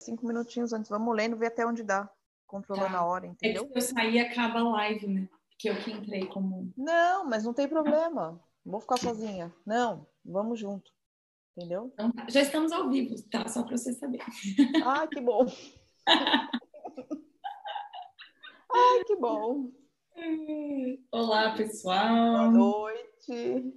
5 minutinhos antes. Vamos lendo, ver até onde dá. Controlando a hora, entendeu? É que se eu sair, acaba a live, né? Porque eu que entrei como... Não, mas não tem problema. Não vou ficar sozinha. Não, vamos junto. Entendeu? Então, já estamos ao vivo, tá? Só para você saber. Ah, que bom. Ai, que bom. Olá, pessoal. Boa noite.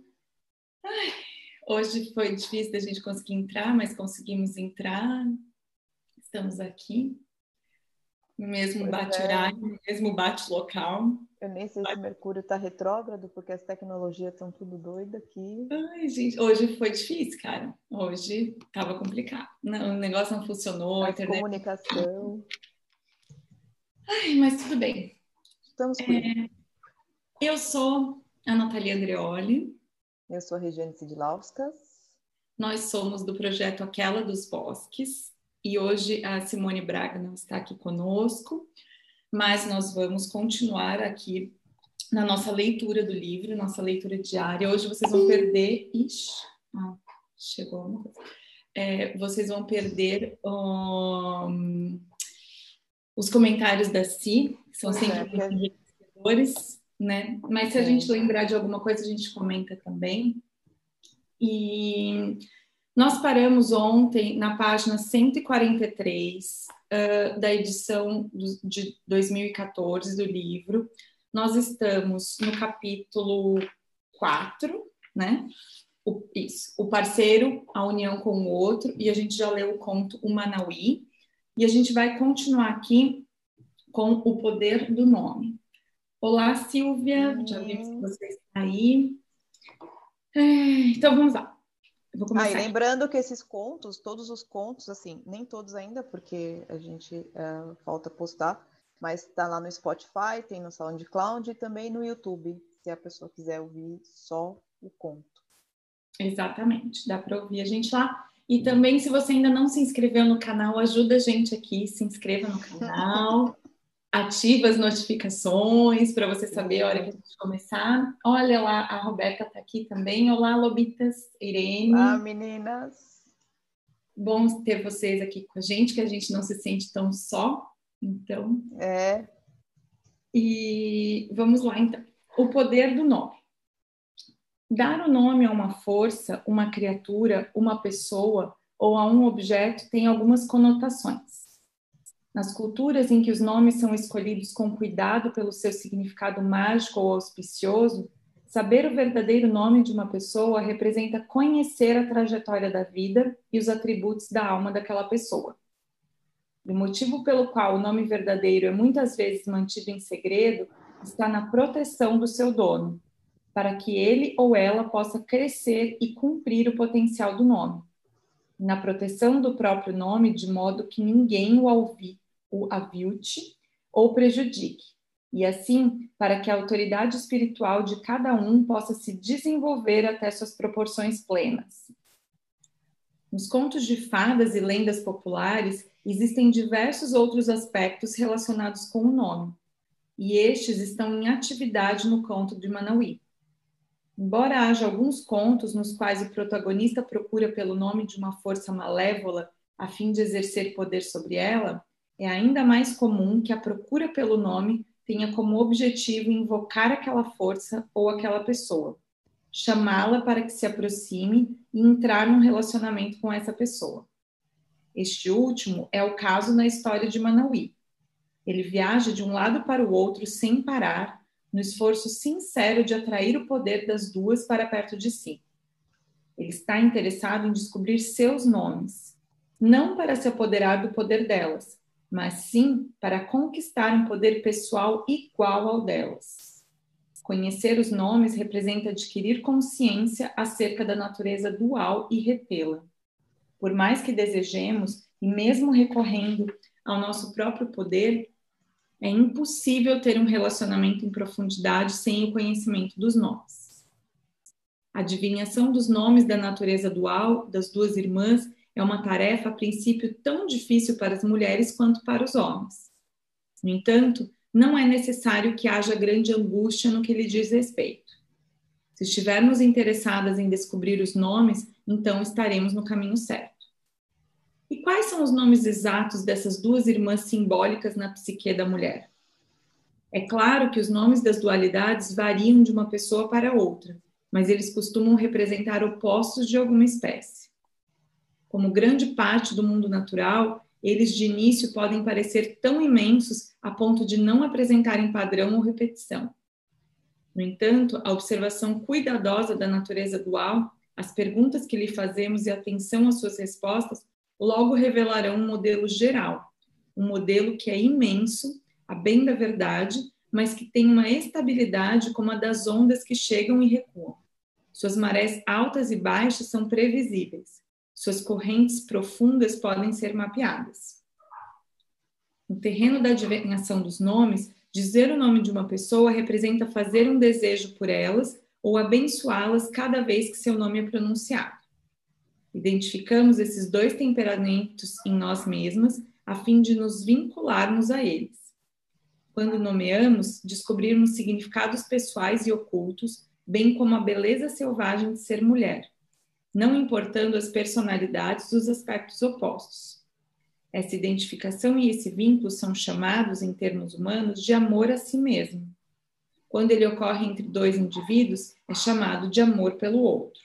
Hoje foi difícil da gente conseguir entrar, mas conseguimos entrar. Estamos aqui. No mesmo bate-horário, no mesmo bate-local. Eu nem sei se Mercúrio está retrógrado, porque as tecnologias estão tudo doidas aqui. Ai, gente, hoje foi difícil, cara. Hoje estava complicado. Não, o negócio não funcionou, a internet... comunicação. Ai, mas tudo bem. Estamos por aí. Eu sou a Nathalie Andreoli. Eu sou a Regiane Sidlauskas. Nós somos do projeto Aquela dos Bosques. E hoje a Simone Braga não está aqui conosco, mas nós vamos continuar aqui na nossa leitura do livro, nossa leitura diária. Hoje vocês vão perder... Ixi, chegou uma coisa. Vocês vão perder os comentários da Si, que são sempre enriquecedores, né? Mas se a gente lembrar de alguma coisa, a gente comenta também. E nós paramos ontem na página 143 da edição de 2014 do livro. Nós estamos no capítulo 4, né? O parceiro, a união com o outro, e a gente já leu o conto O Manauí, e a gente vai continuar aqui com o poder do nome. Olá, Silvia, já vi que você está aí. Então, vamos lá. Eu vou começar e lembrando que esses contos, todos os contos, assim, nem todos ainda, porque a gente falta postar, mas está lá no Spotify, tem no SoundCloud e também no YouTube, se a pessoa quiser ouvir só o conto. Exatamente, dá para ouvir a gente lá. E também, se você ainda não se inscreveu no canal, ajuda a gente aqui, se inscreva no canal, ativa as notificações para você saber a hora que a gente começar. Olha lá, a Roberta está aqui também. Olá, Lobitas, Irene. Olá, meninas. Bom ter vocês aqui com a gente, que a gente não se sente tão só. Então... E vamos lá, então. O poder do nome. Dar o nome a uma força, uma criatura, uma pessoa ou a um objeto tem algumas conotações. Nas culturas em que os nomes são escolhidos com cuidado pelo seu significado mágico ou auspicioso, saber o verdadeiro nome de uma pessoa representa conhecer a trajetória da vida e os atributos da alma daquela pessoa. O motivo pelo qual o nome verdadeiro é muitas vezes mantido em segredo está na proteção do seu dono, para que ele ou ela possa crescer e cumprir o potencial do nome. Na proteção do próprio nome, de modo que ninguém o avilte ou prejudique, e assim, para que a autoridade espiritual de cada um possa se desenvolver até suas proporções plenas. Nos contos de fadas e lendas populares, existem diversos outros aspectos relacionados com o nome, e estes estão em atividade no conto de Manauí. Embora haja alguns contos nos quais o protagonista procura pelo nome de uma força malévola a fim de exercer poder sobre ela, é ainda mais comum que a procura pelo nome tenha como objetivo invocar aquela força ou aquela pessoa, chamá-la para que se aproxime e entrar num relacionamento com essa pessoa. Este último é o caso na história de Manauí. Ele viaja de um lado para o outro sem parar, no esforço sincero de atrair o poder das duas para perto de si. Ele está interessado em descobrir seus nomes, não para se apoderar do poder delas, mas sim para conquistar um poder pessoal igual ao delas. Conhecer os nomes representa adquirir consciência acerca da natureza dual e retê-la. Por mais que desejemos, e mesmo recorrendo ao nosso próprio poder, é impossível ter um relacionamento em profundidade sem o conhecimento dos nomes. A adivinhação dos nomes da natureza dual das duas irmãs é uma tarefa, a princípio, tão difícil para as mulheres quanto para os homens. No entanto, não é necessário que haja grande angústia no que lhe diz respeito. Se estivermos interessadas em descobrir os nomes, então estaremos no caminho certo. E quais são os nomes exatos dessas duas irmãs simbólicas na psique da mulher? É claro que os nomes das dualidades variam de uma pessoa para outra, mas eles costumam representar opostos de alguma espécie. Como grande parte do mundo natural, eles de início podem parecer tão imensos a ponto de não apresentarem padrão ou repetição. No entanto, a observação cuidadosa da natureza dual, as perguntas que lhe fazemos e a atenção às suas respostas logo revelarão um modelo geral, um modelo que é imenso, a bem da verdade, mas que tem uma estabilidade como a das ondas que chegam e recuam. Suas marés altas e baixas são previsíveis. Suas correntes profundas podem ser mapeadas. No terreno da adivinhação dos nomes, dizer o nome de uma pessoa representa fazer um desejo por elas ou abençoá-las cada vez que seu nome é pronunciado. Identificamos esses dois temperamentos em nós mesmas a fim de nos vincularmos a eles. Quando nomeamos, descobrimos significados pessoais e ocultos, bem como a beleza selvagem de ser mulher, não importando as personalidades dos aspectos opostos. Essa identificação e esse vínculo são chamados, em termos humanos, de amor a si mesmo. Quando ele ocorre entre dois indivíduos, é chamado de amor pelo outro.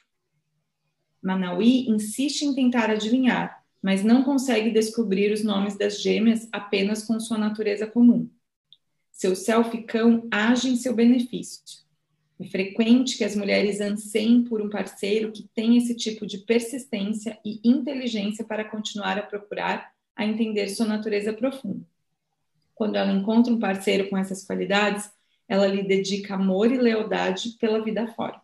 Manauí insiste em tentar adivinhar, mas não consegue descobrir os nomes das gêmeas apenas com sua natureza comum. Seu self-cão age em seu benefício. É frequente que as mulheres anseiem por um parceiro que tenha esse tipo de persistência e inteligência para continuar a procurar, a entender sua natureza profunda. Quando ela encontra um parceiro com essas qualidades, ela lhe dedica amor e lealdade pela vida fora.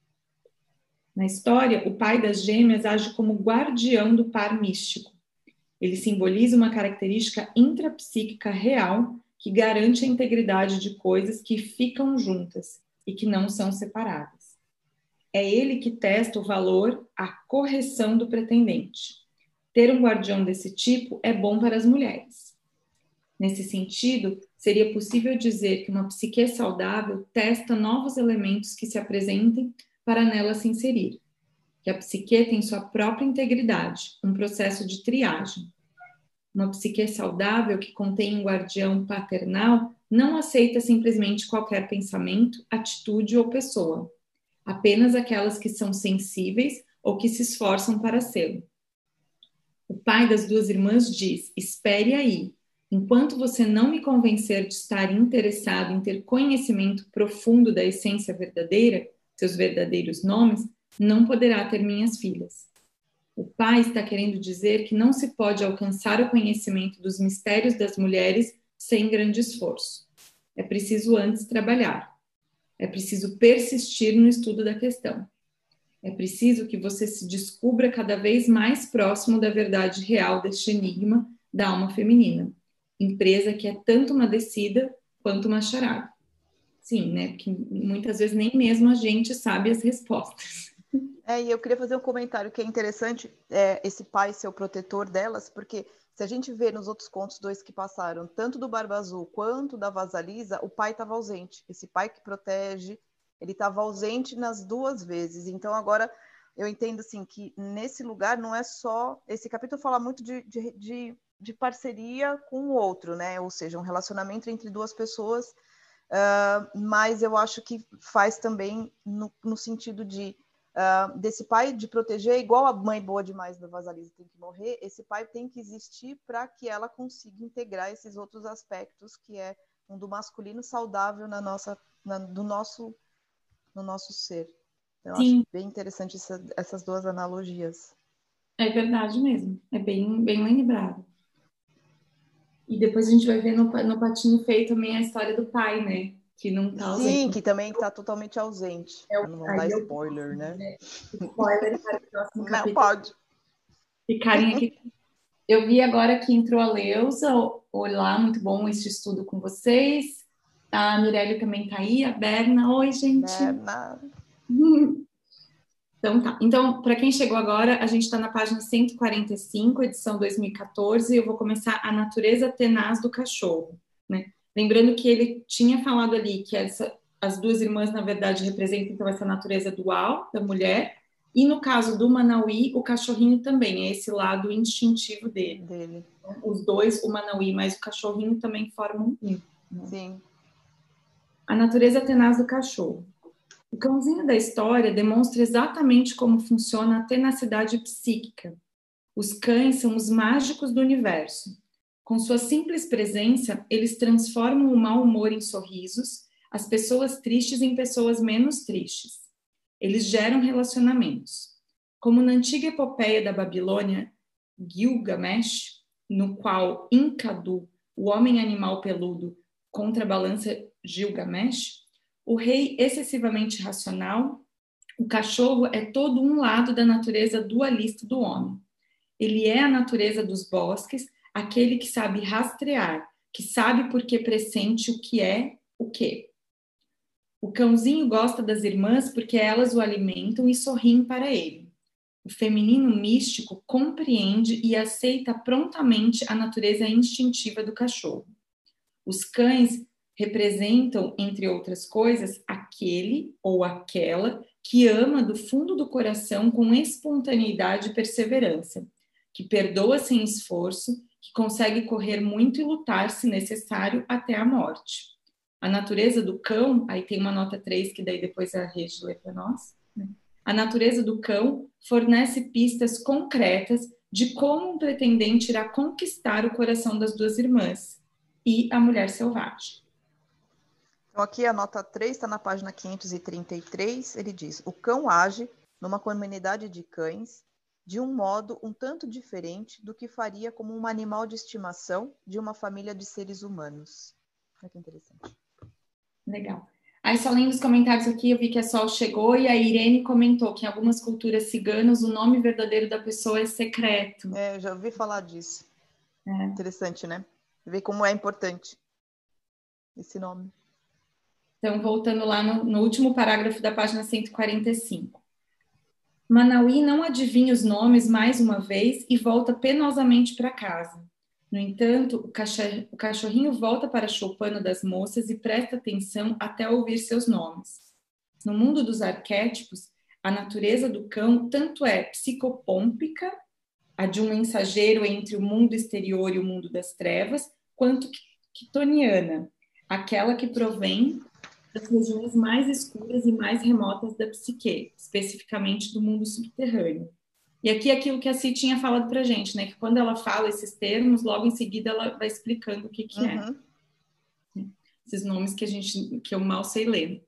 Na história, o pai das gêmeas age como guardião do par místico. Ele simboliza uma característica intrapsíquica real que garante a integridade de coisas que ficam juntas e que não são separadas. É ele que testa o valor, a correção do pretendente. Ter um guardião desse tipo é bom para as mulheres. Nesse sentido, seria possível dizer que uma psique saudável testa novos elementos que se apresentem para nela se inserir. Que a psique tem sua própria integridade, um processo de triagem. Uma psique saudável que contém um guardião paternal não aceita simplesmente qualquer pensamento, atitude ou pessoa, apenas aquelas que são sensíveis ou que se esforçam para ser. O pai das duas irmãs diz: espere aí, enquanto você não me convencer de estar interessado em ter conhecimento profundo da essência verdadeira, seus verdadeiros nomes, não poderá ter minhas filhas. O pai está querendo dizer que não se pode alcançar o conhecimento dos mistérios das mulheres sem grande esforço. É preciso antes trabalhar. É preciso persistir no estudo da questão. É preciso que você se descubra cada vez mais próximo da verdade real deste enigma da alma feminina, empresa que é tanto uma descida quanto uma charada. Sim, né? Porque muitas vezes nem mesmo a gente sabe as respostas. E eu queria fazer um comentário que é interessante, esse pai ser o protetor delas, porque se a gente vê nos outros contos dois que passaram, tanto do Barba Azul quanto da Vasalisa, o pai estava ausente. Esse pai que protege, ele estava ausente nas duas vezes. Então agora eu entendo assim que nesse lugar não é só... Esse capítulo fala muito de parceria com o outro, né? Ou seja, um relacionamento entre duas pessoas, mas eu acho que faz também no sentido de desse pai de proteger, igual a mãe boa demais da Vasalisa tem que morrer, esse pai tem que existir para que ela consiga integrar esses outros aspectos, que é um do masculino saudável no nosso ser. Eu acho bem interessante essas duas analogias. É verdade mesmo, é bem, bem lembrado. E depois a gente vai ver no Patinho Feio também a história do pai, né? Que não tá ausente. Sim, que também está totalmente ausente. Não vou dar spoiler, né? Spoiler para o próximo capítulo. Não pode. Ficarem aqui. Eu vi agora que entrou a Leusa. Olá, muito bom este estudo com vocês. A Mirelle também tá aí, a Berna. Oi, gente. Berna. Então tá. Então, para quem chegou agora, a gente está na página 145, edição 2014, e eu vou começar a natureza tenaz do cachorro, né? Lembrando que ele tinha falado ali que as duas irmãs, na verdade, representam então essa natureza dual da mulher, E no caso do Manauí, o cachorrinho também, é esse lado instintivo dele. Os dois, o Manauí mais o cachorrinho, também formam um. Né? Sim. A natureza tenaz do cachorro. O cãozinho da história demonstra exatamente como funciona a tenacidade psíquica. Os cães são os mágicos do universo. Com sua simples presença, eles transformam o mau humor em sorrisos, as pessoas tristes em pessoas menos tristes. Eles geram relacionamentos. Como na antiga epopeia da Babilônia, Gilgamesh, no qual Enkidu, o homem-animal peludo, contrabalança Gilgamesh, o rei excessivamente racional, o cachorro é todo um lado da natureza dualista do homem. Ele é a natureza dos bosques, aquele que sabe rastrear, que sabe porque pressente o que é o quê. O cãozinho gosta das irmãs porque elas o alimentam e sorriem para ele. O feminino místico compreende e aceita prontamente a natureza instintiva do cachorro. Os cães representam, entre outras coisas, aquele ou aquela que ama do fundo do coração com espontaneidade e perseverança, que perdoa sem esforço, que consegue correr muito e lutar, se necessário, até a morte. A natureza do cão, aí tem uma nota 3 que daí depois a Regi lê para nós, né? A natureza do cão fornece pistas concretas de como um pretendente irá conquistar o coração das duas irmãs e a mulher selvagem. Então, aqui a nota 3 está na página 533. Ele diz: o cão age numa comunidade de cães de um modo um tanto diferente do que faria como um animal de estimação de uma família de seres humanos. Olha que interessante. Legal. Aí, só lendo os comentários aqui, eu vi que a Sol chegou e a Irene comentou que em algumas culturas ciganas o nome verdadeiro da pessoa é secreto. Eu já ouvi falar disso. Interessante, né? Ver como é importante esse nome. Então, voltando lá no último parágrafo da página 145. Manauí não adivinha os nomes mais uma vez e volta penosamente para casa. No entanto, o cachorrinho volta para a choupana das moças e presta atenção até ouvir seus nomes. No mundo dos arquétipos, a natureza do cão tanto é psicopômpica, a de um mensageiro entre o mundo exterior e o mundo das trevas, quanto quitoniana, aquela que provém das regiões mais escuras e mais remotas da psique, especificamente do mundo subterrâneo. E aqui aquilo que a Ci tinha falado para a gente, né? Que quando ela fala esses termos, logo em seguida ela vai explicando o que é. Esses nomes que eu mal sei ler.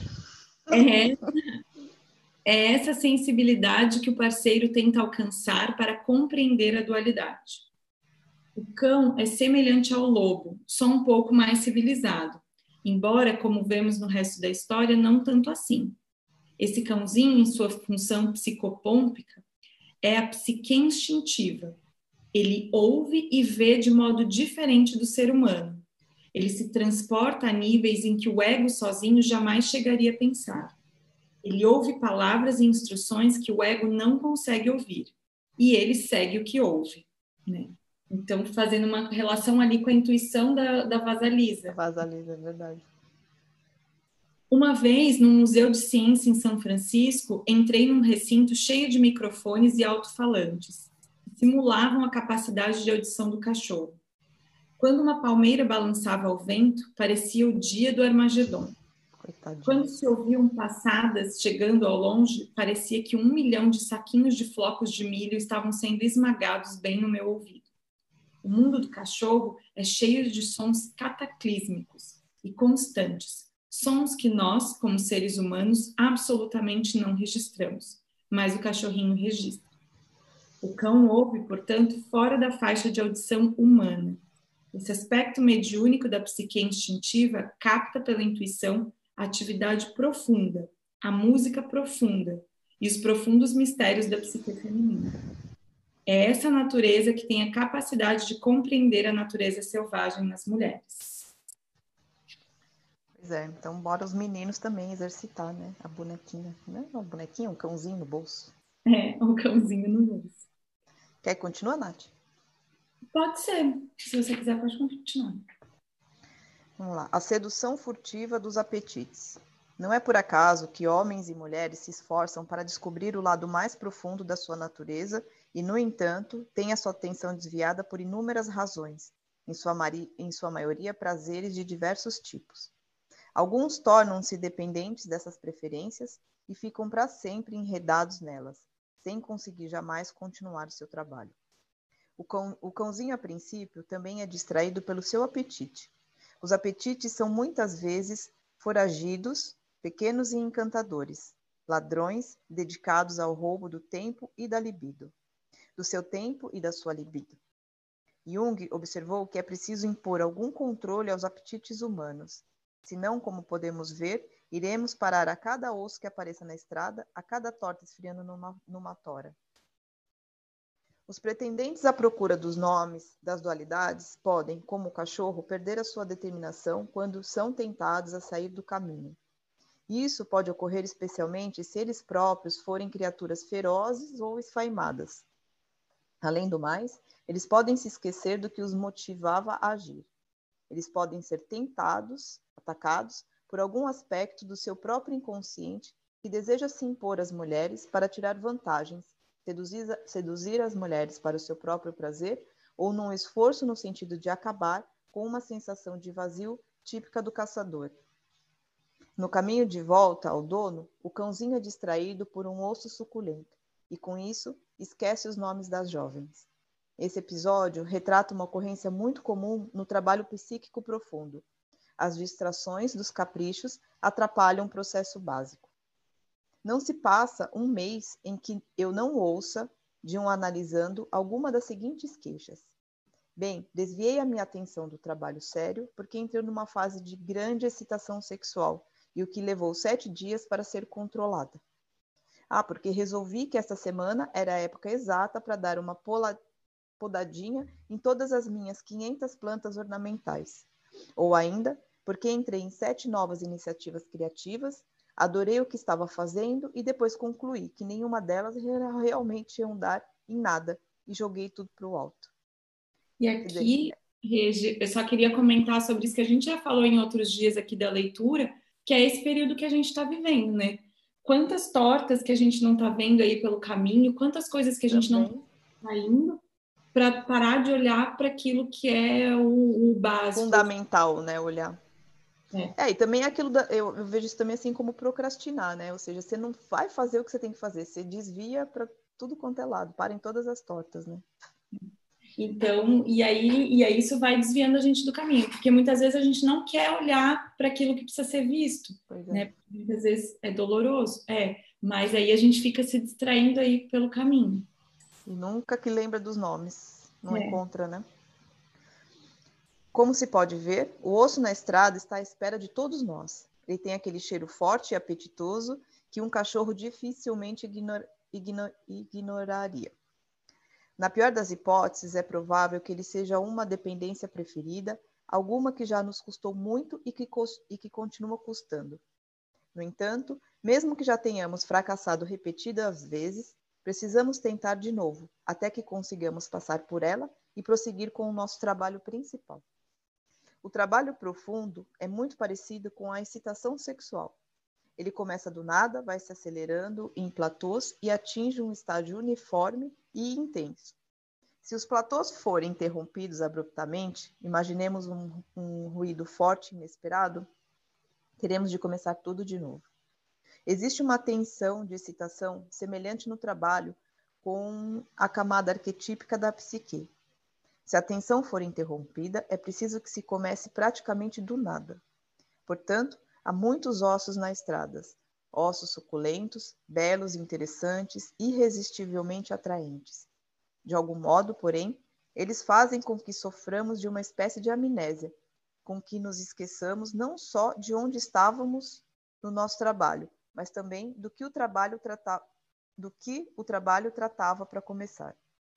É essa sensibilidade que o parceiro tenta alcançar para compreender a dualidade. O cão é semelhante ao lobo, só um pouco mais civilizado, embora, como vemos no resto da história, não tanto assim. Esse cãozinho, em sua função psicopômpica, é a psique instintiva. Ele ouve e vê de modo diferente do ser humano. Ele se transporta a níveis em que o ego sozinho jamais chegaria a pensar. Ele ouve palavras e instruções que o ego não consegue ouvir. E ele segue o que ouve, né? Então, fazendo uma relação ali com a intuição da Vasalisa. Vasalisa, é verdade. Uma vez, num museu de ciência em São Francisco, entrei num recinto cheio de microfones e alto-falantes, que simulavam a capacidade de audição do cachorro. Quando uma palmeira balançava ao vento, parecia o dia do Armagedon. Coitadinho. Quando se ouviam passadas chegando ao longe, parecia que 1 milhão de saquinhos de flocos de milho estavam sendo esmagados bem no meu ouvido. O mundo do cachorro é cheio de sons cataclísmicos e constantes, sons que nós, como seres humanos, absolutamente não registramos, mas o cachorrinho registra. O cão ouve, portanto, fora da faixa de audição humana. Esse aspecto mediúnico da psique instintiva capta pela intuição a atividade profunda, a música profunda e os profundos mistérios da psique feminina. É essa natureza que tem a capacidade de compreender a natureza selvagem nas mulheres. Pois é, então bora os meninos também exercitar, né? A bonequinha, né? Uma bonequinha, um cãozinho no bolso. Um cãozinho no bolso. Quer que continue, Nath? Pode ser. Se você quiser, pode continuar. Vamos lá. A sedução furtiva dos apetites. Não é por acaso que homens e mulheres se esforçam para descobrir o lado mais profundo da sua natureza e, no entanto, têm a sua atenção desviada por inúmeras razões, em sua maioria prazeres de diversos tipos. Alguns tornam-se dependentes dessas preferências e ficam para sempre enredados nelas, sem conseguir jamais continuar seu trabalho. O cãozinho, a princípio, também é distraído pelo seu apetite. Os apetites são muitas vezes foragidos, pequenos e encantadores, ladrões dedicados ao roubo do tempo e da libido, do seu tempo e da sua libido. Jung observou que é preciso impor algum controle aos apetites humanos, senão, como podemos ver, iremos parar a cada osso que apareça na estrada, a cada torta esfriando numa tora. Os pretendentes à procura dos nomes, das dualidades, podem, como o cachorro, perder a sua determinação quando são tentados a sair do caminho. Isso pode ocorrer especialmente se eles próprios forem criaturas ferozes ou esfaimadas. Além do mais, eles podem se esquecer do que os motivava a agir. Eles podem ser tentados, atacados, por algum aspecto do seu próprio inconsciente que deseja se impor às mulheres para tirar vantagens, seduzir as mulheres para o seu próprio prazer ou num esforço no sentido de acabar com uma sensação de vazio típica do caçador. No caminho de volta ao dono, o cãozinho é distraído por um osso suculento e, com isso, esquece os nomes das jovens. Esse episódio retrata uma ocorrência muito comum no trabalho psíquico profundo. As distrações dos caprichos atrapalham o processo básico. Não se passa um mês em que eu não ouça de um analisando alguma das seguintes queixas. Bem, desviei a minha atenção do trabalho sério porque entrei numa fase de grande excitação sexual e o que levou 7 dias para ser controlada. Porque resolvi que esta semana era a época exata para dar uma podadinha em todas as minhas 500 plantas ornamentais. Ou ainda, porque entrei em 7 novas iniciativas criativas, adorei o que estava fazendo e depois concluí que nenhuma delas realmente iam dar em nada e joguei tudo para o alto. E aqui, Regi, eu só queria comentar sobre isso que a gente já falou em outros dias aqui da leitura, que é esse período que a gente está vivendo, né? Quantas tortas que a gente não está vendo aí pelo caminho, quantas coisas que a gente não está indo para parar de olhar para aquilo que é o básico. Fundamental, né? Olhar. E também aquilo eu vejo isso também assim como procrastinar, né? Ou seja, você não vai fazer o que você tem que fazer, você desvia para tudo quanto é lado, para em todas as tortas, né? Então, e aí isso vai desviando a gente do caminho, porque muitas vezes a gente não quer olhar para aquilo que precisa ser visto, né? Muitas vezes é doloroso, mas aí a gente fica se distraindo aí pelo caminho. E nunca que lembra dos nomes, não encontra, né? Como se pode ver, o osso na estrada está à espera de todos nós. Ele tem aquele cheiro forte e apetitoso que um cachorro dificilmente ignoraria. Na pior das hipóteses, é provável que ele seja uma dependência preferida, alguma que já nos custou muito e que continua custando. No entanto, mesmo que já tenhamos fracassado repetidas vezes, precisamos tentar de novo, até que consigamos passar por ela e prosseguir com o nosso trabalho principal. O trabalho profundo é muito parecido com a excitação sexual. Ele começa do nada, vai se acelerando em platôs e atinge um estágio uniforme e intenso. Se os platôs forem interrompidos abruptamente, imaginemos um ruído forte e inesperado, teremos de começar tudo de novo. Existe uma tensão de excitação semelhante no trabalho com a camada arquetípica da psique. Se a tensão for interrompida, é preciso que se comece praticamente do nada. Portanto, há muitos ossos na estrada, ossos suculentos, belos, interessantes, irresistivelmente atraentes. De algum modo, porém, eles fazem com que soframos de uma espécie de amnésia, com que nos esqueçamos não só de onde estávamos no nosso trabalho, mas também do que o trabalho tratava para começar.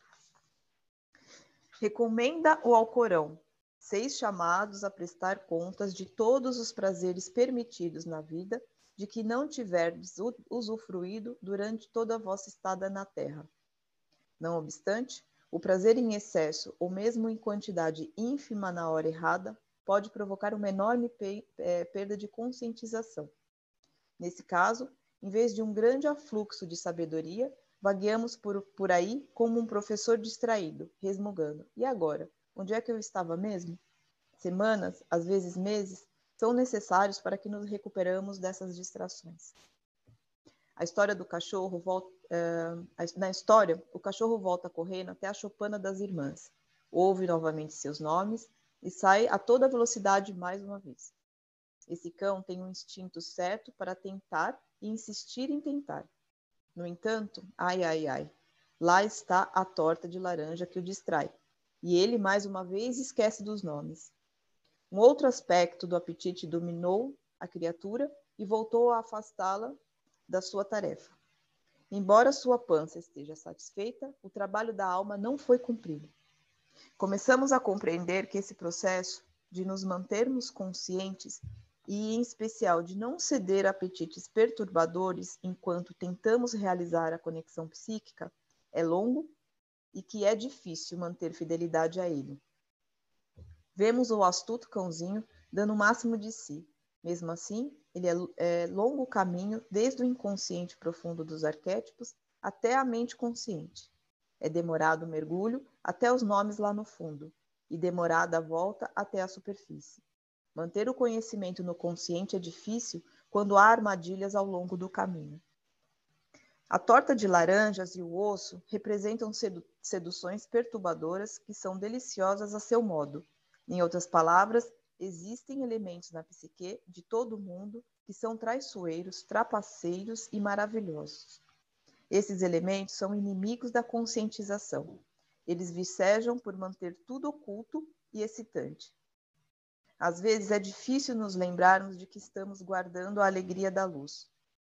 Recomenda o Alcorão: 6 chamados a prestar contas de todos os prazeres permitidos na vida, de que não tiverdes usufruído durante toda a vossa estada na terra. Não obstante, o prazer em excesso, ou mesmo em quantidade ínfima na hora errada, pode provocar uma enorme perda de conscientização. Nesse caso, em vez de um grande afluxo de sabedoria, vagueamos por aí como um professor distraído, resmungando. E agora? Onde é que eu estava mesmo? Semanas, às vezes meses, são necessários para que nos recuperamos dessas distrações. A história do cachorro volta, na história, o cachorro volta correndo até a choupana das irmãs, ouve novamente seus nomes e sai a toda velocidade mais uma vez. Esse cão tem um instinto certo para tentar e insistir em tentar. No entanto, ai, ai, ai, lá está a torta de laranja que o distrai, e ele mais uma vez esquece dos nomes. Um outro aspecto do apetite dominou a criatura e voltou a afastá-la da sua tarefa. Embora sua pança esteja satisfeita, o trabalho da alma não foi cumprido. Começamos a compreender que esse processo de nos mantermos conscientes e, em especial, de não ceder a apetites perturbadores enquanto tentamos realizar a conexão psíquica, é longo e que é difícil manter fidelidade a ele. Vemos o astuto cãozinho dando o máximo de si. Mesmo assim, ele é longo o caminho desde o inconsciente profundo dos arquétipos até a mente consciente. É demorado o mergulho até os nomes lá no fundo e demorada a volta até a superfície. Manter o conhecimento no consciente é difícil quando há armadilhas ao longo do caminho. A torta de laranjas e o osso representam seduções perturbadoras que são deliciosas a seu modo. Em outras palavras, existem elementos na psique de todo mundo que são traiçoeiros, trapaceiros e maravilhosos. Esses elementos são inimigos da conscientização. Eles vicejam por manter tudo oculto e excitante. Às vezes é difícil nos lembrarmos de que estamos guardando a alegria da luz.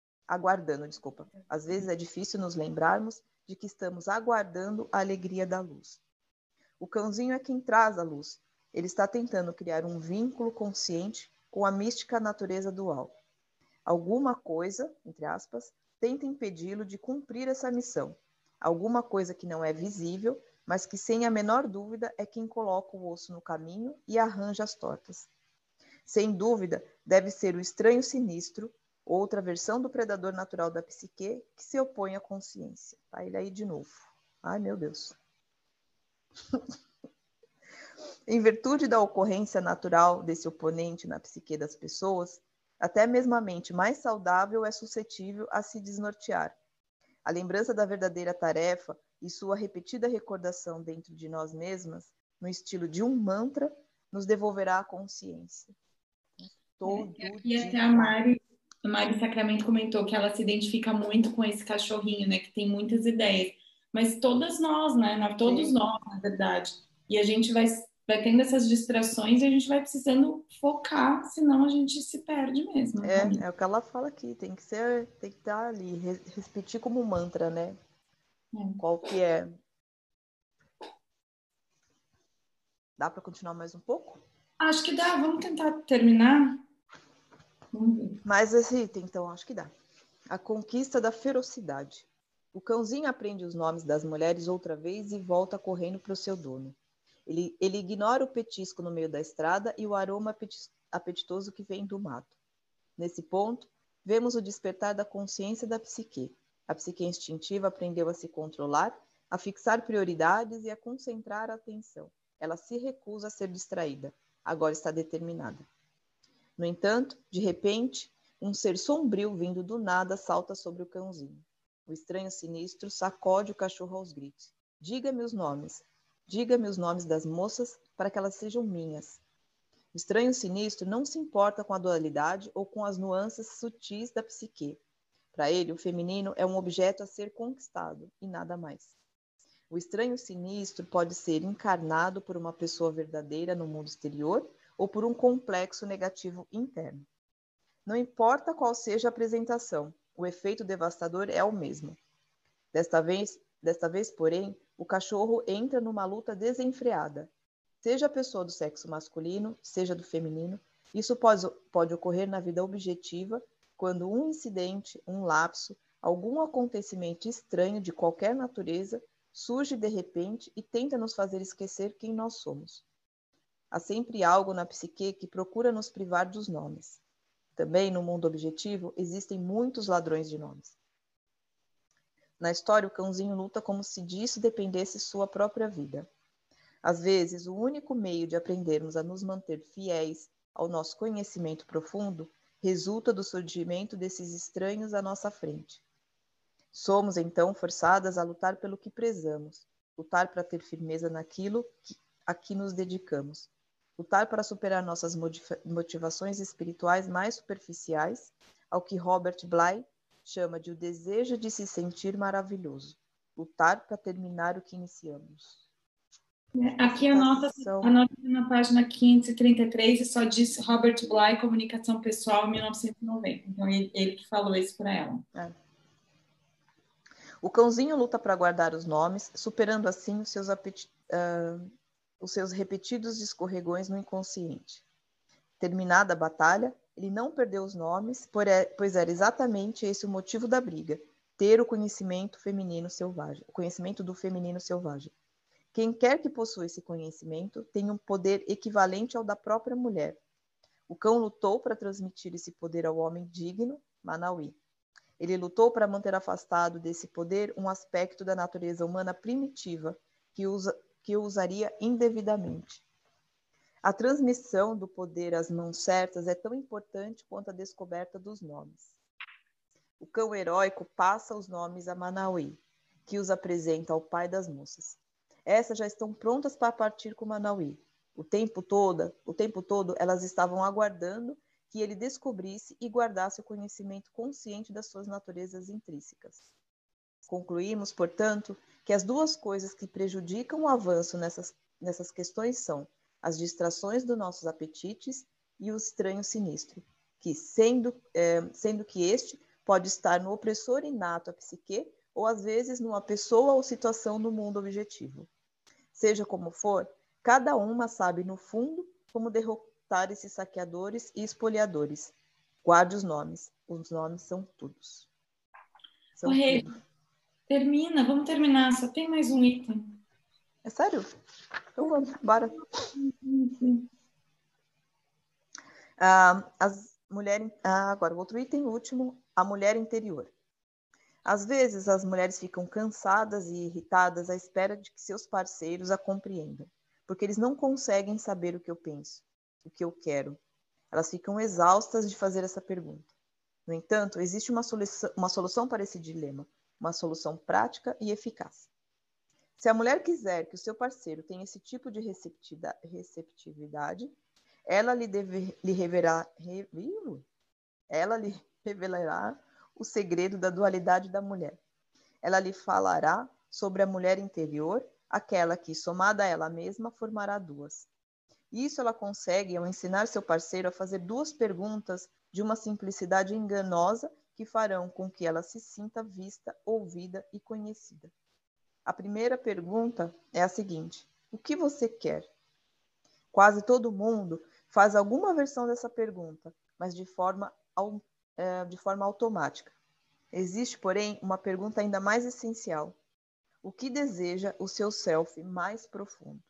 Às vezes é difícil nos lembrarmos de que estamos aguardando a alegria da luz. O cãozinho é quem traz a luz. Ele está tentando criar um vínculo consciente com a mística natureza dual. Alguma coisa, entre aspas, tenta impedi-lo de cumprir essa missão. Alguma coisa que não é visível, mas que sem a menor dúvida é quem coloca o osso no caminho e arranja as tortas. Sem dúvida, deve ser o estranho sinistro, outra versão do predador natural da psique que se opõe à consciência. Tá ele aí de novo. Ai, meu Deus. Em virtude da ocorrência natural desse oponente na psique das pessoas, até mesmo a mente mais saudável é suscetível a se desnortear. A lembrança da verdadeira tarefa e sua repetida recordação dentro de nós mesmas, no estilo de um mantra, nos devolverá a consciência. Todo e dia. até a Mari Sacramento comentou que ela se identifica muito com esse cachorrinho, né? Que tem muitas ideias. Mas todas nós, né? Todos Sim. nós, na verdade. E a gente vai tendo essas distrações e a gente vai precisando focar, senão a gente se perde mesmo. É o que ela fala aqui, tem que estar ali, repetir como mantra, né? Qual que é? Dá para continuar mais um pouco? Acho que dá, vamos tentar terminar. Mas esse item, então, acho que dá. A conquista da ferocidade. O cãozinho aprende os nomes das mulheres outra vez e volta correndo para o seu dono. Ele ignora o petisco no meio da estrada e o aroma apetitoso que vem do mato. Nesse ponto, vemos o despertar da consciência da psique. A psique instintiva aprendeu a se controlar, a fixar prioridades e a concentrar a atenção. Ela se recusa a ser distraída. Agora está determinada. No entanto, de repente, um ser sombrio vindo do nada salta sobre o cãozinho. O estranho sinistro sacode o cachorro aos gritos. Diga-me os nomes. Diga-me os nomes das moças para que elas sejam minhas. O estranho sinistro não se importa com a dualidade ou com as nuances sutis da psique. Para ele, o feminino é um objeto a ser conquistado e nada mais. O estranho sinistro pode ser encarnado por uma pessoa verdadeira no mundo exterior ou por um complexo negativo interno. Não importa qual seja a apresentação, o efeito devastador é o mesmo. Desta vez, porém, o cachorro entra numa luta desenfreada. Seja a pessoa do sexo masculino, seja do feminino, isso pode ocorrer na vida objetiva quando um incidente, um lapso, algum acontecimento estranho de qualquer natureza surge de repente e tenta nos fazer esquecer quem nós somos. Há sempre algo na psique que procura nos privar dos nomes. Também, no mundo objetivo, existem muitos ladrões de nomes. Na história, o cãozinho luta como se disso dependesse sua própria vida. Às vezes, o único meio de aprendermos a nos manter fiéis ao nosso conhecimento profundo resulta do surgimento desses estranhos à nossa frente. Somos, então, forçadas a lutar pelo que prezamos, lutar para ter firmeza naquilo a que nos dedicamos, lutar para superar nossas motivações espirituais mais superficiais, ao que Robert Bly chama de o desejo de se sentir maravilhoso, lutar para terminar o que iniciamos. Aqui anota na página 533 e só diz Robert Bly, Comunicação Pessoal, 1990. Então, ele que falou isso para ela. O cãozinho luta para guardar os nomes, superando assim os seus repetidos escorregões no inconsciente. Terminada a batalha, ele não perdeu os nomes, pois era exatamente esse o motivo da briga, ter o conhecimento feminino selvagem, o conhecimento do feminino selvagem. Quem quer que possua esse conhecimento tem um poder equivalente ao da própria mulher. O cão lutou para transmitir esse poder ao homem digno, Manauí. Ele lutou para manter afastado desse poder um aspecto da natureza humana primitiva que o usaria indevidamente. A transmissão do poder às mãos certas é tão importante quanto a descoberta dos nomes. O cão heróico passa os nomes a Manauí, que os apresenta ao pai das moças. Essas já estão prontas para partir com Manauí. O tempo todo, elas estavam aguardando que ele descobrisse e guardasse o conhecimento consciente das suas naturezas intrínsecas. Concluímos, portanto, que as duas coisas que prejudicam o avanço nessas questões são as distrações dos nossos apetites e o estranho sinistro, que, sendo que este pode estar no opressor inato à psique, ou às vezes numa pessoa ou situação no mundo objetivo. Seja como for, cada uma sabe no fundo como derrotar esses saqueadores e espoliadores. Guarde os nomes são todos. Rei, termina, vamos terminar, só tem mais um item. É sério? Então vamos, bora. Agora, o outro item último, a mulher interior. Às vezes, as mulheres ficam cansadas e irritadas à espera de que seus parceiros a compreendam, porque eles não conseguem saber o que eu penso, o que eu quero. Elas ficam exaustas de fazer essa pergunta. No entanto, existe uma solução para esse dilema, uma solução prática e eficaz. Se a mulher quiser que o seu parceiro tenha esse tipo de receptividade, ela lhe revelará o segredo da dualidade da mulher. Ela lhe falará sobre a mulher interior, aquela que, somada a ela mesma, formará duas. Isso ela consegue ao ensinar seu parceiro a fazer duas perguntas de uma simplicidade enganosa que farão com que ela se sinta vista, ouvida e conhecida. A primeira pergunta é a seguinte: o que você quer? Quase todo mundo faz alguma versão dessa pergunta, mas de forma automática. Existe, porém, uma pergunta ainda mais essencial. O que deseja o seu self mais profundo?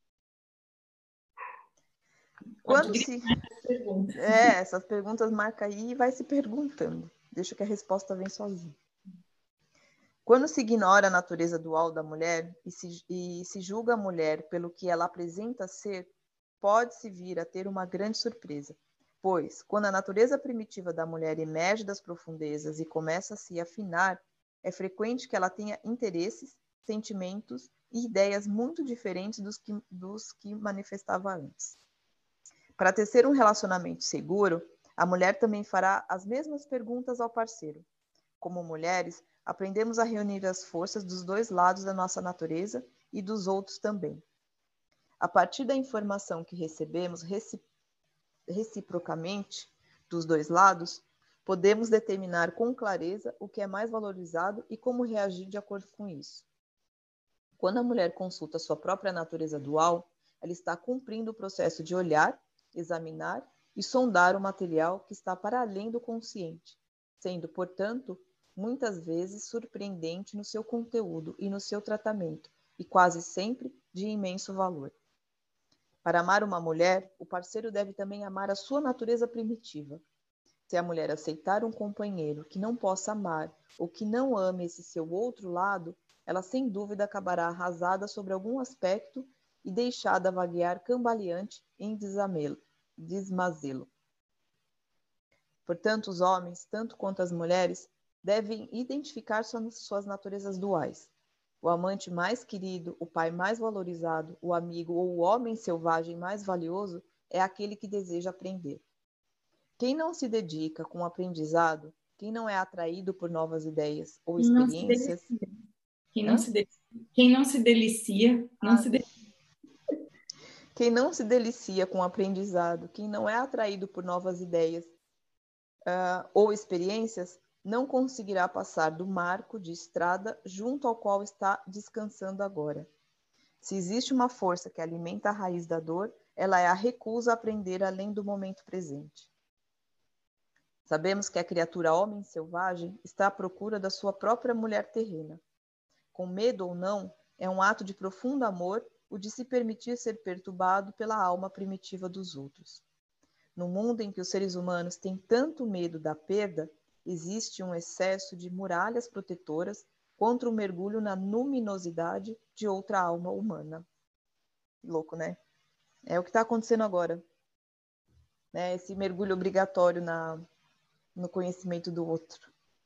Essas perguntas marca aí e vai se perguntando. Deixa que a resposta vem sozinha. Quando se ignora a natureza dual da mulher e se julga a mulher pelo que ela apresenta ser, pode-se vir a ter uma grande surpresa. Pois, quando a natureza primitiva da mulher emerge das profundezas e começa a se afinar, é frequente que ela tenha interesses, sentimentos e ideias muito diferentes dos que manifestava antes. Para tecer um relacionamento seguro, a mulher também fará as mesmas perguntas ao parceiro. Como mulheres, aprendemos a reunir as forças dos dois lados da nossa natureza e dos outros também. A partir da informação que recebemos reciprocamente dos dois lados, podemos determinar com clareza o que é mais valorizado e como reagir de acordo com isso. Quando a mulher consulta sua própria natureza dual, ela está cumprindo o processo de olhar, examinar e sondar o material que está para além do consciente, sendo, portanto, muitas vezes surpreendente no seu conteúdo e no seu tratamento, e quase sempre de imenso valor. Para amar uma mulher, o parceiro deve também amar a sua natureza primitiva. Se a mulher aceitar um companheiro que não possa amar ou que não ame esse seu outro lado, ela sem dúvida acabará arrasada sobre algum aspecto e deixada a vaguear cambaleante em desmazelo. Portanto, os homens, tanto quanto as mulheres, devem identificar suas naturezas duais. O amante mais querido, o pai mais valorizado, o amigo ou o homem selvagem mais valioso é aquele que deseja aprender. Quem não se dedica com o aprendizado, quem não é atraído por novas ideias ou experiências... Quem não se delicia, não se delicia. Quem não se delicia com o aprendizado, quem não é atraído por novas ideias ou experiências, não conseguirá passar do marco de estrada junto ao qual está descansando agora. Se existe uma força que alimenta a raiz da dor, ela é a recusa a aprender além do momento presente. Sabemos que a criatura homem selvagem está à procura da sua própria mulher terrena. Com medo ou não, é um ato de profundo amor o de se permitir ser perturbado pela alma primitiva dos outros. No mundo em que os seres humanos têm tanto medo da perda, existe um excesso de muralhas protetoras contra o mergulho na luminosidade de outra alma humana. Louco, né? É o que está acontecendo agora. Né? Esse mergulho obrigatório no conhecimento do outro.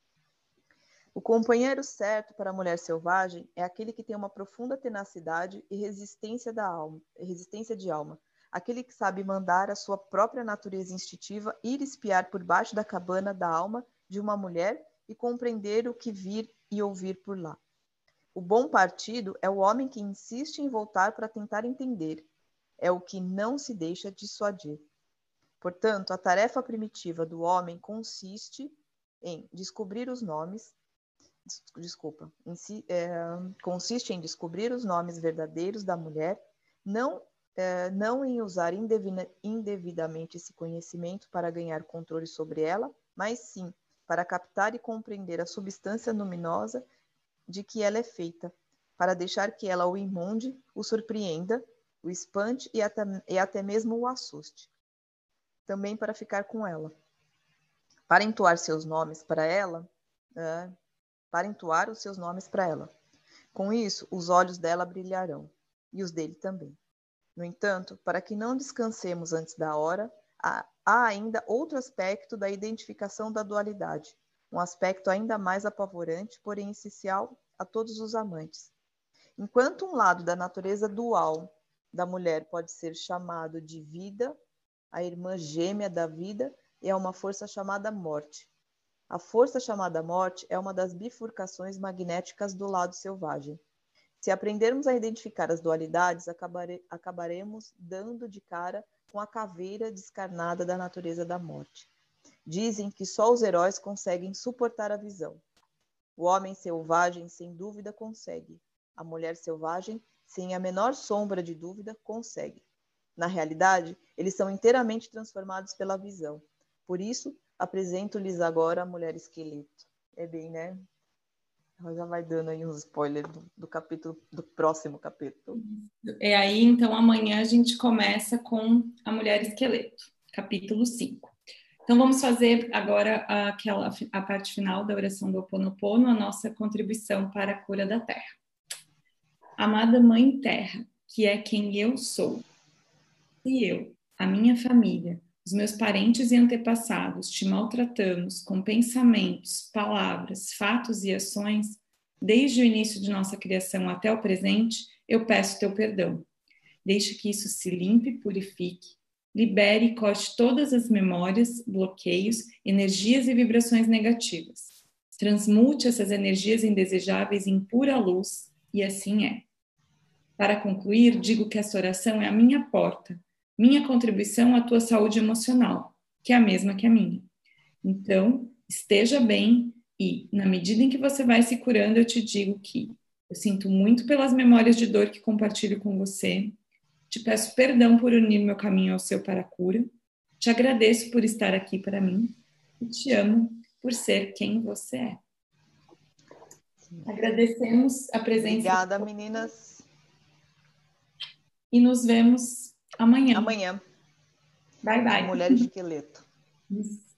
O companheiro certo para a mulher selvagem é aquele que tem uma profunda tenacidade e resistência de alma, aquele que sabe mandar a sua própria natureza instintiva ir espiar por baixo da cabana da alma de uma mulher e compreender o que vir e ouvir por lá. O bom partido é o homem que insiste em voltar para tentar entender, é o que não se deixa dissuadir. Portanto, a tarefa primitiva do homem consiste em descobrir os nomes consiste em descobrir os nomes verdadeiros da mulher, não em usar indevidamente esse conhecimento para ganhar controle sobre ela, mas sim para captar e compreender a substância luminosa de que ela é feita, para deixar que ela o imunde, o surpreenda, o espante e até mesmo o assuste. Também para ficar com ela. Para entoar seus nomes para ela, para entoar os seus nomes para ela. Com isso, os olhos dela brilharão, e os dele também. No entanto, para que não descansemos antes da hora, há ainda outro aspecto da identificação da dualidade, um aspecto ainda mais apavorante, porém essencial a todos os amantes. Enquanto um lado da natureza dual da mulher pode ser chamado de vida, a irmã gêmea da vida é uma força chamada morte. A força chamada morte é uma das bifurcações magnéticas do lado selvagem. Se aprendermos a identificar as dualidades, acabaremos dando de cara com a caveira descarnada da natureza da morte. Dizem que só os heróis conseguem suportar a visão. O homem selvagem, sem dúvida, consegue. A mulher selvagem, sem a menor sombra de dúvida, consegue. Na realidade, eles são inteiramente transformados pela visão. Por isso, apresento-lhes agora a mulher esqueleto. É bem, né? Ela já vai dando aí uns spoilers do próximo capítulo. É aí, então, amanhã a gente começa com a mulher esqueleto, capítulo 5. Então, vamos fazer agora a parte final da oração do Ho Oponopono, a nossa contribuição para a cura da Terra. Amada Mãe Terra, que é quem eu sou, e eu, a minha família, os meus parentes e antepassados te maltratamos com pensamentos, palavras, fatos e ações, desde o início de nossa criação até o presente, eu peço teu perdão. Deixe que isso se limpe, purifique, libere e corte todas as memórias, bloqueios, energias e vibrações negativas. Transmute essas energias indesejáveis em pura luz, e assim é. Para concluir, digo que essa oração é a minha porta, minha contribuição à tua saúde emocional, que é a mesma que a minha. Então, esteja bem e, na medida em que você vai se curando, eu te digo que eu sinto muito pelas memórias de dor que compartilho com você, te peço perdão por unir meu caminho ao seu para a cura, te agradeço por estar aqui para mim e te amo por ser quem você é. Agradecemos a presença. Obrigada, meninas. E nos vemos amanhã. Amanhã. Bye, bye. Mulher esqueleto. Isso.